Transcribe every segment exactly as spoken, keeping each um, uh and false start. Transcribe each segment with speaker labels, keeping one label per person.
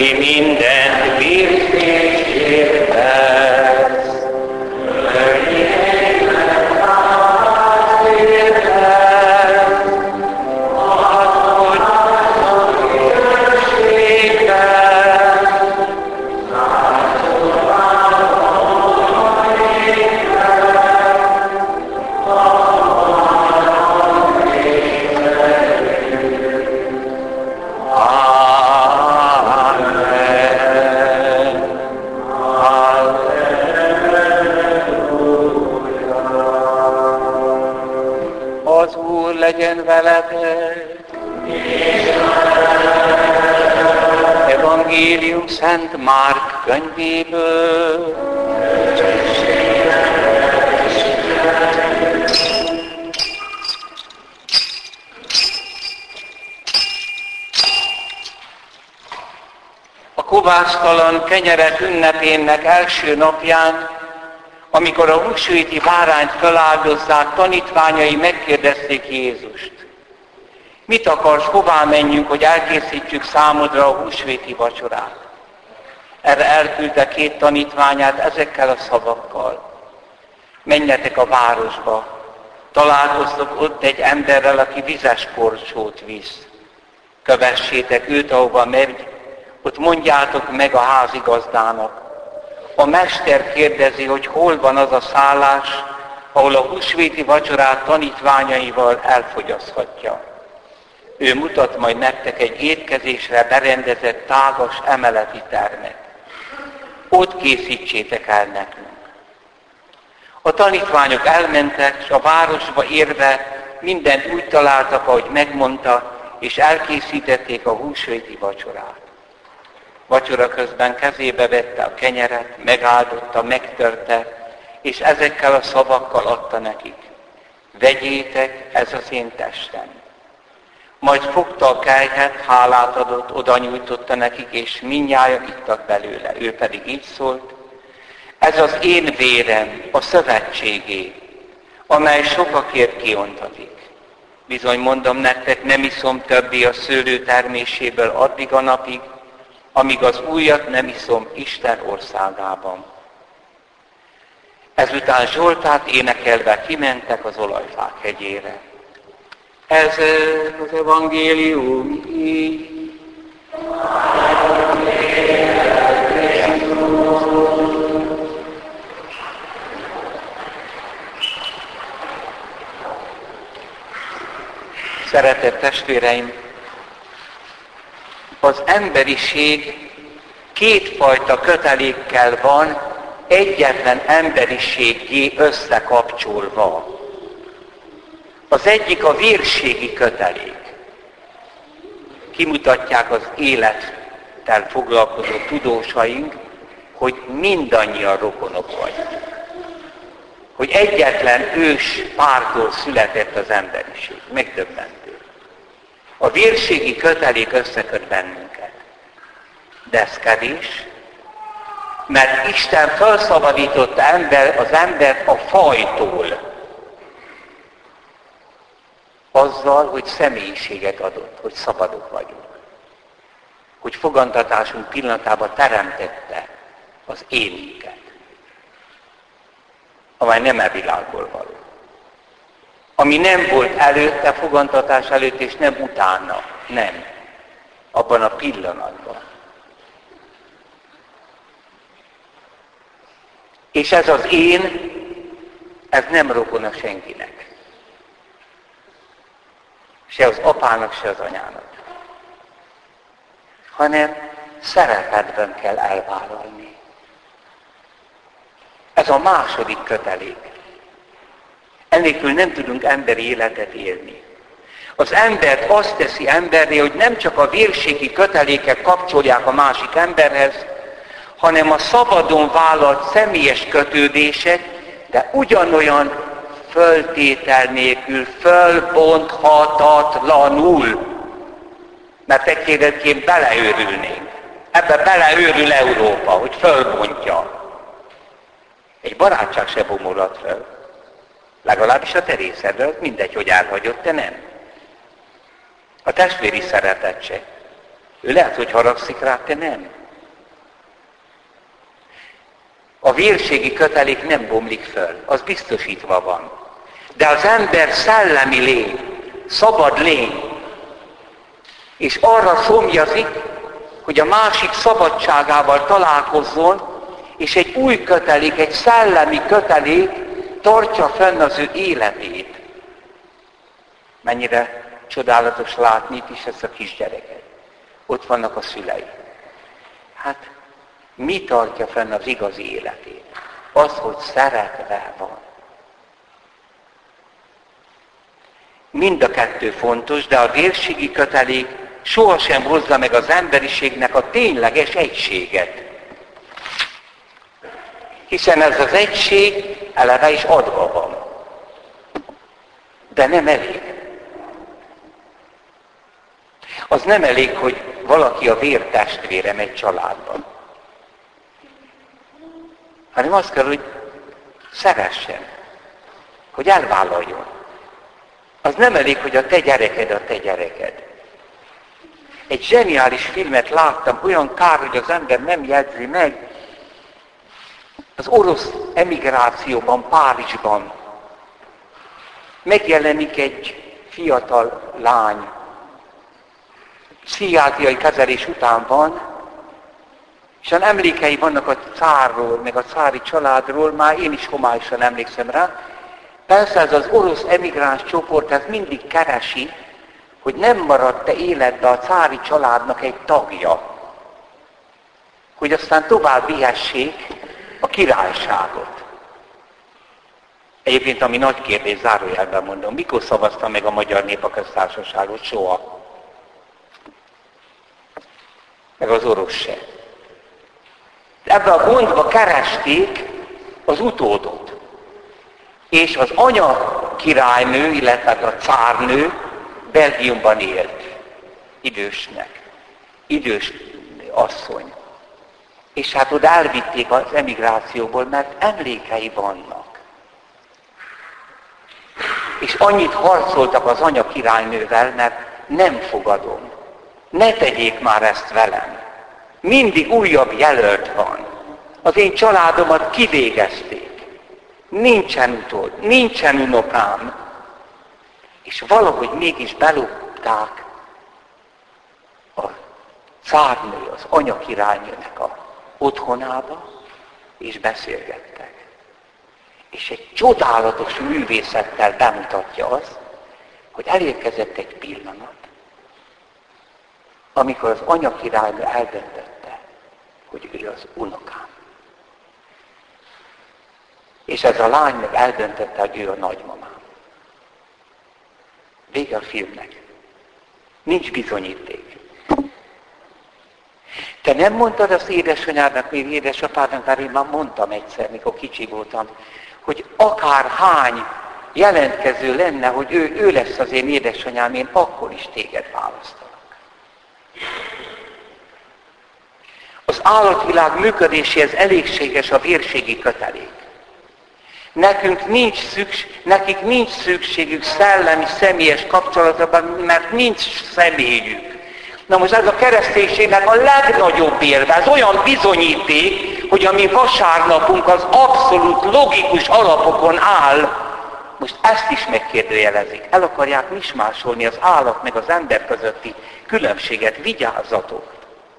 Speaker 1: ki mindent bírt és értesz. Legyen veletek. Evangélium Szent Márk könyvéből. A kovásztalan kenyerek ünnepének első napján, amikor a húsvéti bárányt feláldozzák, tanítványai megkérdezték Jézust. Mit akarsz, hová menjünk, hogy elkészítsük számodra a húsvéti vacsorát? Erre elküldte két tanítványát ezekkel a szavakkal. Menjetek a városba, találkoztok ott egy emberrel, aki vizes korcsót visz. Kövessétek őt, ahova megy, ott mondjátok meg a házigazdának. A mester kérdezi, hogy hol van az a szállás, ahol a húsvéti vacsorát tanítványaival elfogyaszthatja. Ő mutat majd nektek egy étkezésre berendezett tágas emeleti termet. Ott készítsétek el nekünk. A tanítványok elmentek, és a városba érve mindent úgy találtak, ahogy megmondta, és elkészítették a húsvéti vacsorát. Vacsora közben kezébe vette a kenyeret, megáldotta, megtörte, és ezekkel a szavakkal adta nekik. Vegyétek, ez az én testem. Majd fogta a kelyhet, hálát adott, oda nyújtotta nekik, és mindnyájan ittak belőle. Ő pedig így szólt, ez az én vérem, a szövetségé, amely sokakért kiontatik. Bizony mondom nektek, nem iszom többé a szőlő terméséből addig a napig, amíg az újat nem iszom Isten országában. Ezután Zsoltát énekelve kimentek az olajfák hegyére. Ez az evangélium így. Szeretett testvéreim, az emberiség kétfajta kötelékkel van egyetlen emberiséggé összekapcsolva. Az egyik a vérségi kötelék. Kimutatják az élettel foglalkozó tudósaink, hogy mindannyian rokonok vagyunk. Hogy egyetlen ős pártól született az emberiség. Megdöbbentő. A vérségi kötelék összeköt bennünket. De ez kevés, mert Isten felszabadította ember, az embert a fajtól. Azzal, hogy személyiséget adott, hogy szabadok vagyunk. Hogy fogantatásunk pillanatában teremtette az énünket, amely nem e világból való. Ami nem volt előtte, fogantatás előtt, és nem utána. Nem. Abban a pillanatban. És ez az én, ez nem rokona senkinek. Se az apának, se az anyának. Hanem szeretetben kell elvállalni. Ez a második kötelék. Ennélkül nem tudunk emberi életet élni. Az embert azt teszi emberré, hogy nem csak a vérségi kötelékek kapcsolják a másik emberhez, hanem a szabadon vállalt személyes kötődések, de ugyanolyan föltétel nélkül, fölbonthatatlanul. Mert tekkérdetként beleőrülnénk. Ebbe beleőrül Európa, hogy fölbontja. Egy barátság se bomolhat föl. Legalábbis a te részedről, mindegy, hogy elhagyott, te nem. A testvéri szeretet se. Ő lehet, hogy haragszik rá, te nem. A vérségi kötelék nem bomlik föl, az biztosítva van. De az ember szellemi lény, szabad lény, és arra szomjazik, hogy a másik szabadságával találkozzon, és egy új kötelék, egy szellemi kötelék tartja fenn az ő életét. Mennyire csodálatos látni itt is ezt a kisgyereket. Ott vannak a szülei. Hát, mi tartja fenn az igazi életét? Az, hogy szeretve van. Mind a kettő fontos, de a vérségi kötelék sohasem hozza meg az emberiségnek a tényleges egységet. Hiszen ez az egység eleve is adva van. De nem elég. Az nem elég, hogy valaki a vértestvérem egy családban. Hanem azt kell, hogy szeressen, hogy elvállaljon. Az nem elég, hogy a te gyereked a te gyereked. Egy zseniális filmet láttam, olyan kár, hogy az ember nem jegyzi meg. Az orosz emigrációban, Párizsban megjelenik egy fiatal lány. Pszichiátriai kezelés után van, és az emlékei vannak a cárról, meg a cári családról, már én is homályosan emlékszem rá. Persze ez az orosz emigráns csoport, ez mindig keresi, hogy nem maradt-e életbe a cári családnak egy tagja, hogy aztán tovább vihessék a királyságot. Egyébként, ami nagy kérdés, zárójelben mondom, mikor szavazta meg a magyar nép a köztársaságot? Soha. Meg az orosz se. Ebben a gondba keresték az utódot. És az anya királynő, illetve a cárnő Belgiumban élt. Idősnek. Idős asszony. És hát oda elvitték az emigrációból, mert emlékei vannak. És annyit harcoltak az anya királynővel, mert nem fogadom. Ne tegyék már ezt velem. Mindig újabb jelölt van. Az én családomat kivégezték. Nincsen utód, nincsen unokám. És valahogy mégis belopták a cárnő, az anya királynőnek a otthonába, és beszélgettek. És egy csodálatos művészettel bemutatja azt, hogy elérkezett egy pillanat, amikor az anya királynő eldöntötte, hogy ő az unokám. És ez a lány meg eldöntötte, hogy ő a nagymamám. Vége a filmnek. Nincs bizonyíték. Te nem mondtad azt édesanyádnak, még édesapádnak, mert én már mondtam egyszer, mikor kicsi voltam, hogy akár hány jelentkező lenne, hogy ő, ő lesz az én édesanyám, én akkor is téged választanak. Az állatvilág működéséhez elégséges a vérségi kötelék. Nekünk nincs szükség, nekik nincs szükségük szellemi, személyes kapcsolatban, mert nincs személyük. Na most ez a kereszténységnek a legnagyobb érve, ez olyan bizonyíték, hogy a mi vasárnapunk az abszolút logikus alapokon áll. Most ezt is megkérdőjelezik. El akarják mismásolni az állat meg az ember közötti különbséget. Vigyázzatok!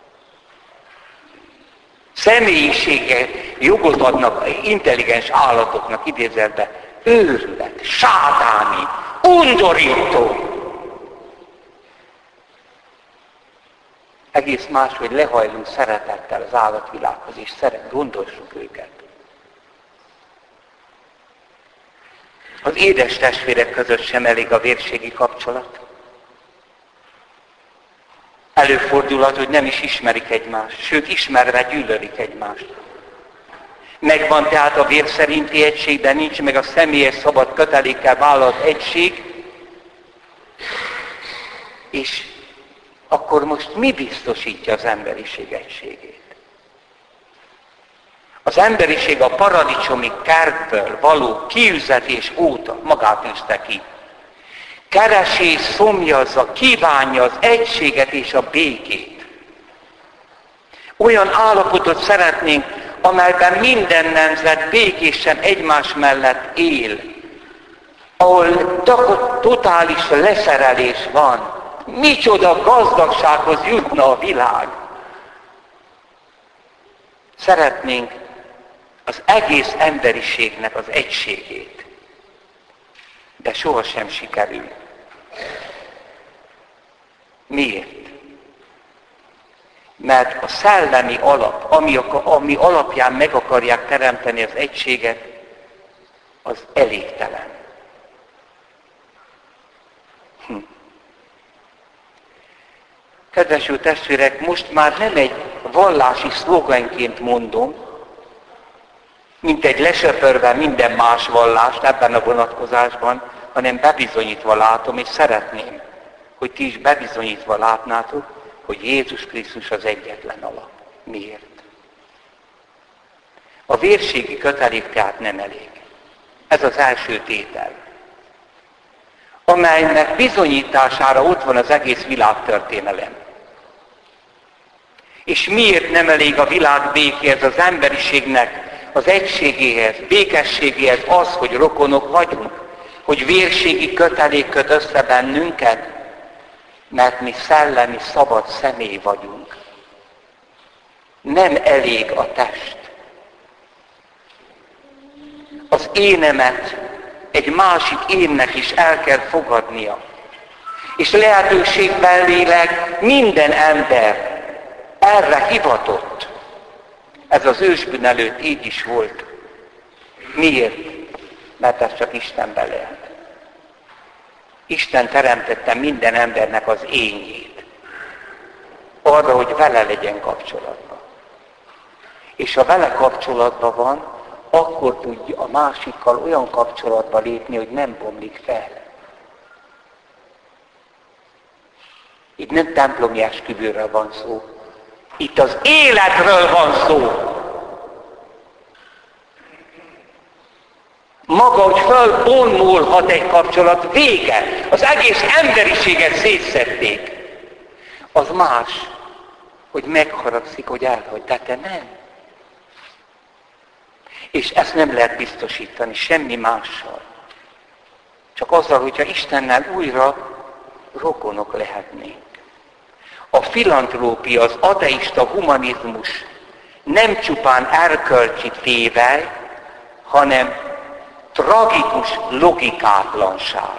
Speaker 1: Személyisége jogot adnak intelligens állatoknak, idézetben, őrület, sátáni, undorító. Egész más, hogy lehajlunk szeretettel az állatvilághoz, és szeret, gondossuk őket. Az édes testvérek között sem elég a vérségi kapcsolat. Előfordulhat, hogy nem is ismerik egymást, sőt ismerve gyűlölik egymást. Megvan tehát a vér szerinti egység, de nincs meg a személyes szabad kötelékkel vállalt egység. És akkor most mi biztosítja az emberiség egységét? Az emberiség a paradicsomi kertből való kiüzetés óta magát üzte ki. Keresi és szomjazza, kívánja az egységet és a békét. Olyan állapotot szeretnénk, amelyben minden nemzet békésen egymás mellett él, ahol totális leszerelés van. Micsoda gazdagsághoz jutna a világ! Szeretnénk az egész emberiségnek az egységét, de sohasem sikerül. Miért? Mert a szellemi alap, ami, ami alapján meg akarják teremteni az egységet, az elégtelen. Hm. Kedves jó testvérek, most már nem egy vallási szlogenként mondom, mint egy lesöpörve minden más vallást ebben a vonatkozásban, hanem bebizonyítva látom, és szeretném, hogy ti is bebizonyítva látnátok, hogy Jézus Krisztus az egyetlen alap. Miért? A vérségi kötelék tehát nem elég. Ez az első tétel, amelynek bizonyítására ott van az egész világtörténelem. És miért nem elég a világ békéhez, az emberiségnek az egységéhez, békességéhez az, hogy rokonok vagyunk, hogy vérségi kötelék köt össze bennünket, mert mi szellemi szabad személy vagyunk. Nem elég a test. Az énemet egy másik énnek is el kell fogadnia. És lehetőségbenléleg minden ember erre hivatott. Ez az ősbűn előtt így is volt. Miért? Mert ez csak Istenben lehet. Isten teremtette minden embernek az énjét. Arra, hogy vele legyen kapcsolatban. És ha vele kapcsolatban van, akkor tudja a másikkal olyan kapcsolatba lépni, hogy nem bomlik fel. Itt nem templomi esküvőről van szó. Itt az életről van szó. Maga, hogy fölbomolhat egy kapcsolat, vége. Az egész emberiséget szétszedték. Az más, hogy megharagszik, hogy elhagy, de te nem. És ezt nem lehet biztosítani semmi mással. Csak azzal, hogyha Istennel újra rokonok lehetnénk. A filantrópia, az ateista humanizmus nem csupán erkölcsi tével, hanem tragikus logikátlanság.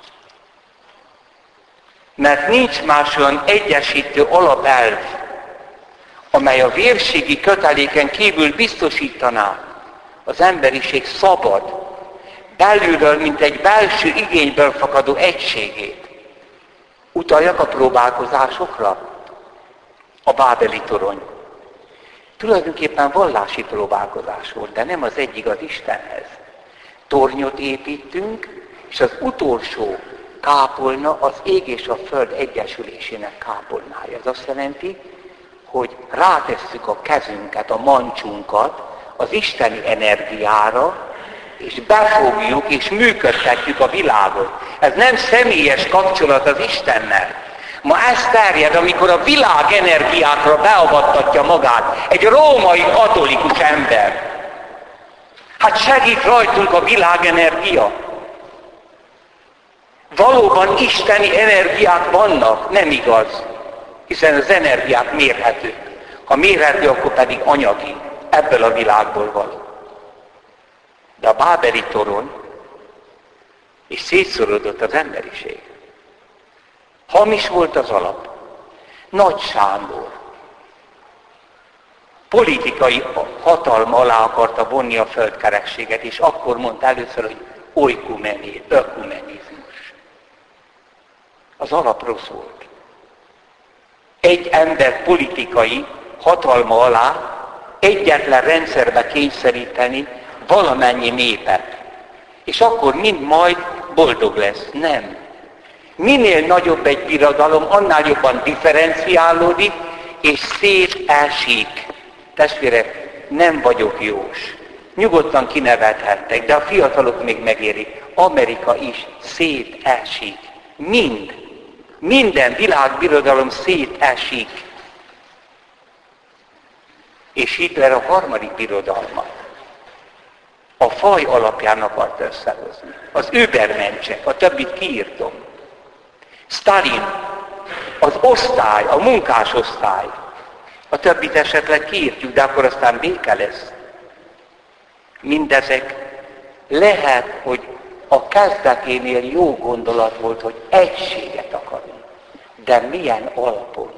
Speaker 1: Mert nincs más olyan egyesítő alapelv, amely a vérségi köteléken kívül biztosítaná az emberiség szabad, belülről, mint egy belső igényből fakadó egységét. Utaljak a próbálkozásokra? A bábeli torony. Tulajdonképpen vallási próbálkozás volt, de nem az egyik az Istenhez. Tornyot építünk, és az utolsó kápolna az ég és a föld egyesülésének kápolnája. Ez azt jelenti, hogy rátesszük a kezünket, a mancsunkat az isteni energiára, és befogjuk és működtetjük a világot. Ez nem személyes kapcsolat az Istennel. Ma ez terjed, amikor a világ energiákra beavattatja magát egy római katolikus ember. Hát segít rajtunk a világenergia. Valóban isteni energiák vannak, nem igaz, hiszen az energiák mérhetők. Ha mérhető, akkor pedig anyagi, ebből a világból való. De a bábeli torony, és szétszorodott az emberiség. Hamis volt az alap. Nagy Sándor politikai hatalma alá akarta vonni a földkerekséget, és akkor mondta először, hogy oikumeni, ökumenizmus. Az alap rossz volt. Egy ember politikai hatalma alá egyetlen rendszerbe kényszeríteni valamennyi népet. És akkor mind majd boldog lesz. Nem. Minél nagyobb egy birodalom, annál jobban differenciálódik, és szétesik. Testvérek, nem vagyok jós. Nyugodtan kinevethettek, de a fiatalok még megérik. Amerika is szétesik. Mind. Minden világbirodalom szétesik. És Hitler a harmadik birodalmat a faj alapján akart összehozni. Az übermencsek, a többit kiírtom. Stalin, az osztály, a munkásosztály, a többit esetleg kiírtjuk, de akkor aztán béke lesz. Mindezek lehet, hogy a kezdeténél jó gondolat volt, hogy egységet akarunk. De milyen alapon?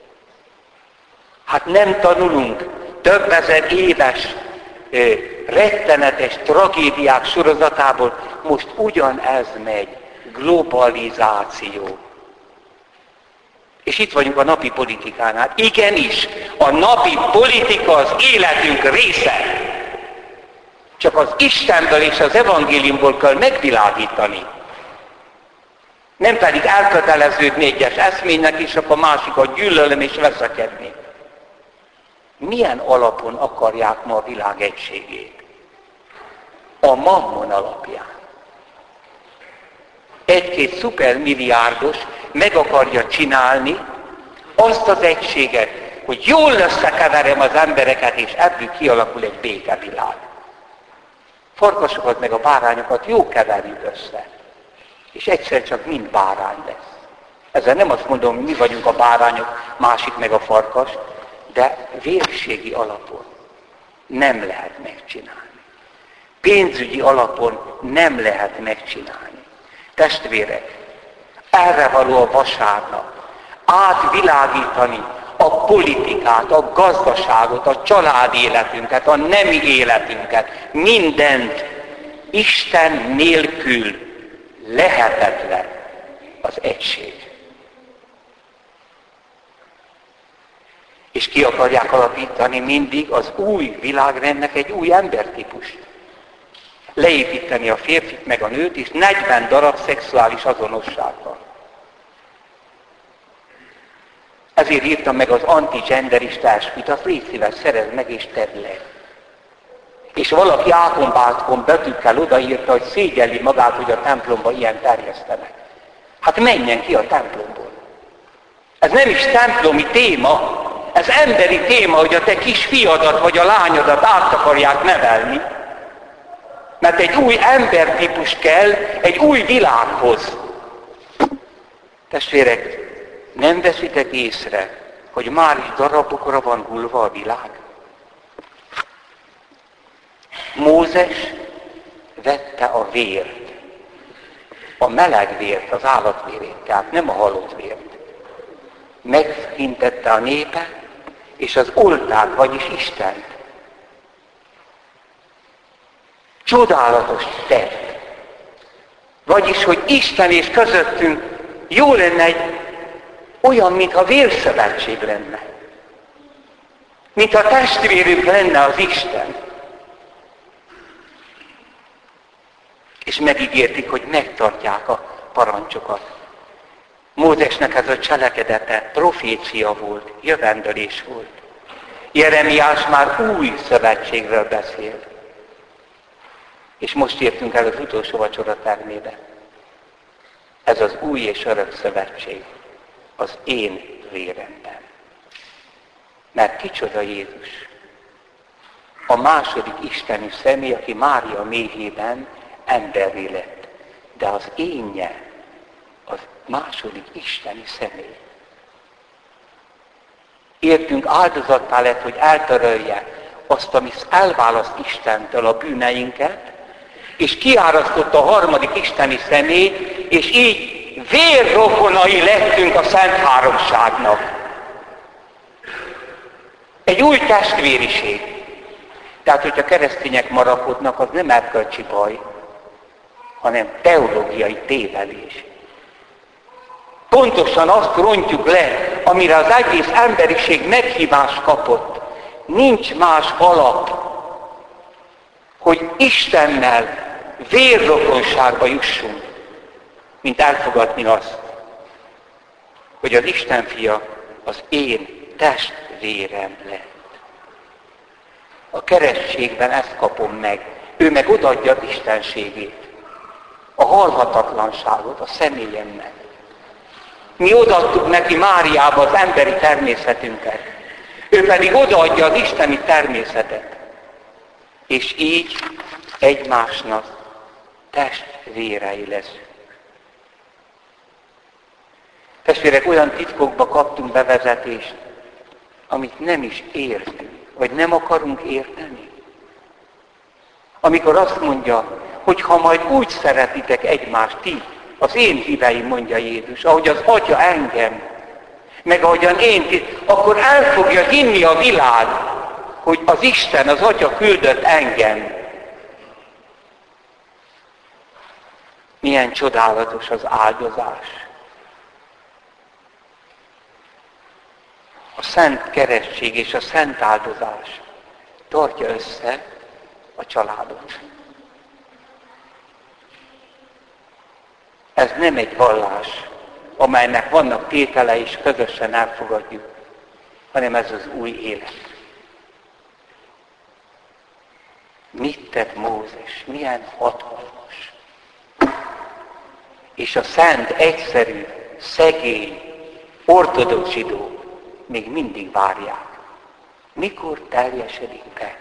Speaker 1: Hát nem tanulunk több ezer éves rettenetes tragédiák sorozatából, most ugyanez megy, globalizáció. És itt vagyunk a napi politikánál. Igenis, a napi politika az életünk része. Csak az Istenből és az evangéliumból kell megvilágítani. Nem pedig elköteleződni egyes eszménynek, és akkor másikat gyűlölöm és veszekedni. Milyen alapon akarják ma a világ egységét? A mammon alapján. Egy-két szupermilliárdos meg akarja csinálni azt az egységet, hogy jól összekeverem az embereket, és ebből kialakul egy békevilág. Farkasokat meg a bárányokat jó keverjük össze. És egyszer csak mind bárány lesz. Ezzel nem azt mondom, hogy mi vagyunk a bárányok, másik meg a farkas, de vérségi alapon nem lehet megcsinálni. Pénzügyi alapon nem lehet megcsinálni. Testvérek, erre való a vasárnap. Átvilágítani a politikát, a gazdaságot, a családi életünket, a nemi életünket, mindent. Isten nélkül lehetetlen az egység. És ki akarják alapítani mindig az új világrendnek egy új embertípust. Leépíteni a férfit meg a nőt, és negyven darab szexuális azonossággal. Ezért írtam meg az antigenderista esküt, azt légy szíves, szerezd meg és tedd le. És valaki ákombátkon betűkkel odaírta, hogy szégyelli magát, hogy a templomba ilyen terjesztenek. Hát menjen ki a templomból. Ez nem is templomi téma, ez emberi téma, hogy a te kis fiadat vagy a lányodat át akarják nevelni. Mert egy új embertípus kell egy új világhoz. Testvérek, nem veszitek észre, hogy már is darabokra van hullva a világ? Mózes vette a vért, a meleg vért, az állatvérét, tehát nem a halott vért. Megintette a népe, és az oltár, vagyis Istent. Csodálatos tett. Vagyis, hogy Isten és közöttünk jó lenne egy olyan, mintha vérszövetség lenne. Mintha testvérünk lenne az Isten. És megígértik, hogy megtartják a parancsokat. Mózesnek ez a cselekedete profécia volt, jövendőlés volt. Jeremiás már új szövetségről beszél. És most értünk el az utolsó vacsora termébe. Ez az új és örök szövetség az én véremben. Mert kicsoda Jézus? A második isteni személy, aki Mária méhében emberré lett. De az énje az második isteni személy. Értünk áldozattá lett, hogy eltörölje azt, ami elválaszt Istentől a bűneinket, és kiárasztotta a harmadik isteni személy, és így vérrokonai lettünk a Szent Háromságnak. Egy új testvériség. Tehát, hogyha keresztények marakodnak, az nem erkölcsi baj, hanem teológiai tévedés. Pontosan azt rontjuk le, amire az egész emberiség meghívást kapott. Nincs más alap, hogy Istennel vérrokonságba jussunk, mint elfogadni azt, hogy az Isten fia az én testvérem lett. A keresztségben ezt kapom meg. Ő meg odaadja az istenségét, a halhatatlanságot a személyemnek. Mi odaadtuk neki Máriába az emberi természetünket. Ő pedig odaadja az isteni természetet. És így egymásnak testvérei leszünk. Testvérek, olyan titkokba kaptunk bevezetést, amit nem is értünk, vagy nem akarunk érteni. Amikor azt mondja, hogy ha majd úgy szeretitek egymást, ti, az én híveim, mondja Jézus, ahogy az Atya engem, meg ahogyan én ti, akkor el fogja hinni a világ, hogy az Isten, az Atya küldött engem. Milyen csodálatos az áldozás. A szent keresztség és a szent áldozás tartja össze a családot. Ez nem egy vallás, amelynek vannak tétele és közösen elfogadjuk, hanem ez az új élet. Mit tett Mózes? Milyen hatalmas! És a szent, egyszerű, szegény, ortodox zsidók még mindig várják. Mikor teljesedik be?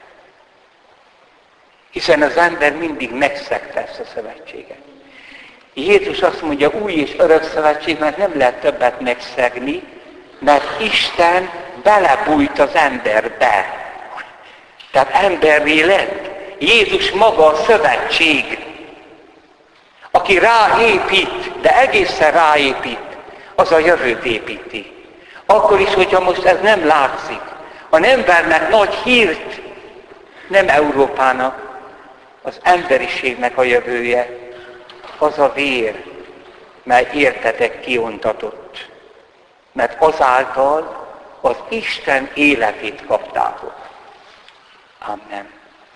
Speaker 1: Hiszen az ember mindig megszegte ezt a szövetséget. Jézus azt mondja, új és örök szövetség, mert nem lehet többet megszegni, mert Isten belebújt az emberbe. Tehát emberré lett. Jézus maga a szövetség. Aki ráépít, de egészen ráépít, az a jövőt építi. Akkor is, hogyha most ez nem látszik. A nem vernek nagy hírt, nem Európának, az emberiségnek a jövője, az a vér, mely értetek kiontatott. Mert azáltal az Isten életét kaptátok. Amen.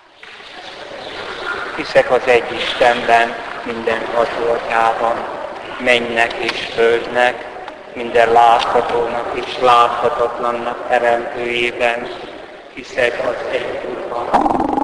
Speaker 1: Hiszek az egy Istenben, minden Atyában, mennynek és földnek, minden láthatónak és láthatatlannak teremtőjében, hiszek az egy Úrban,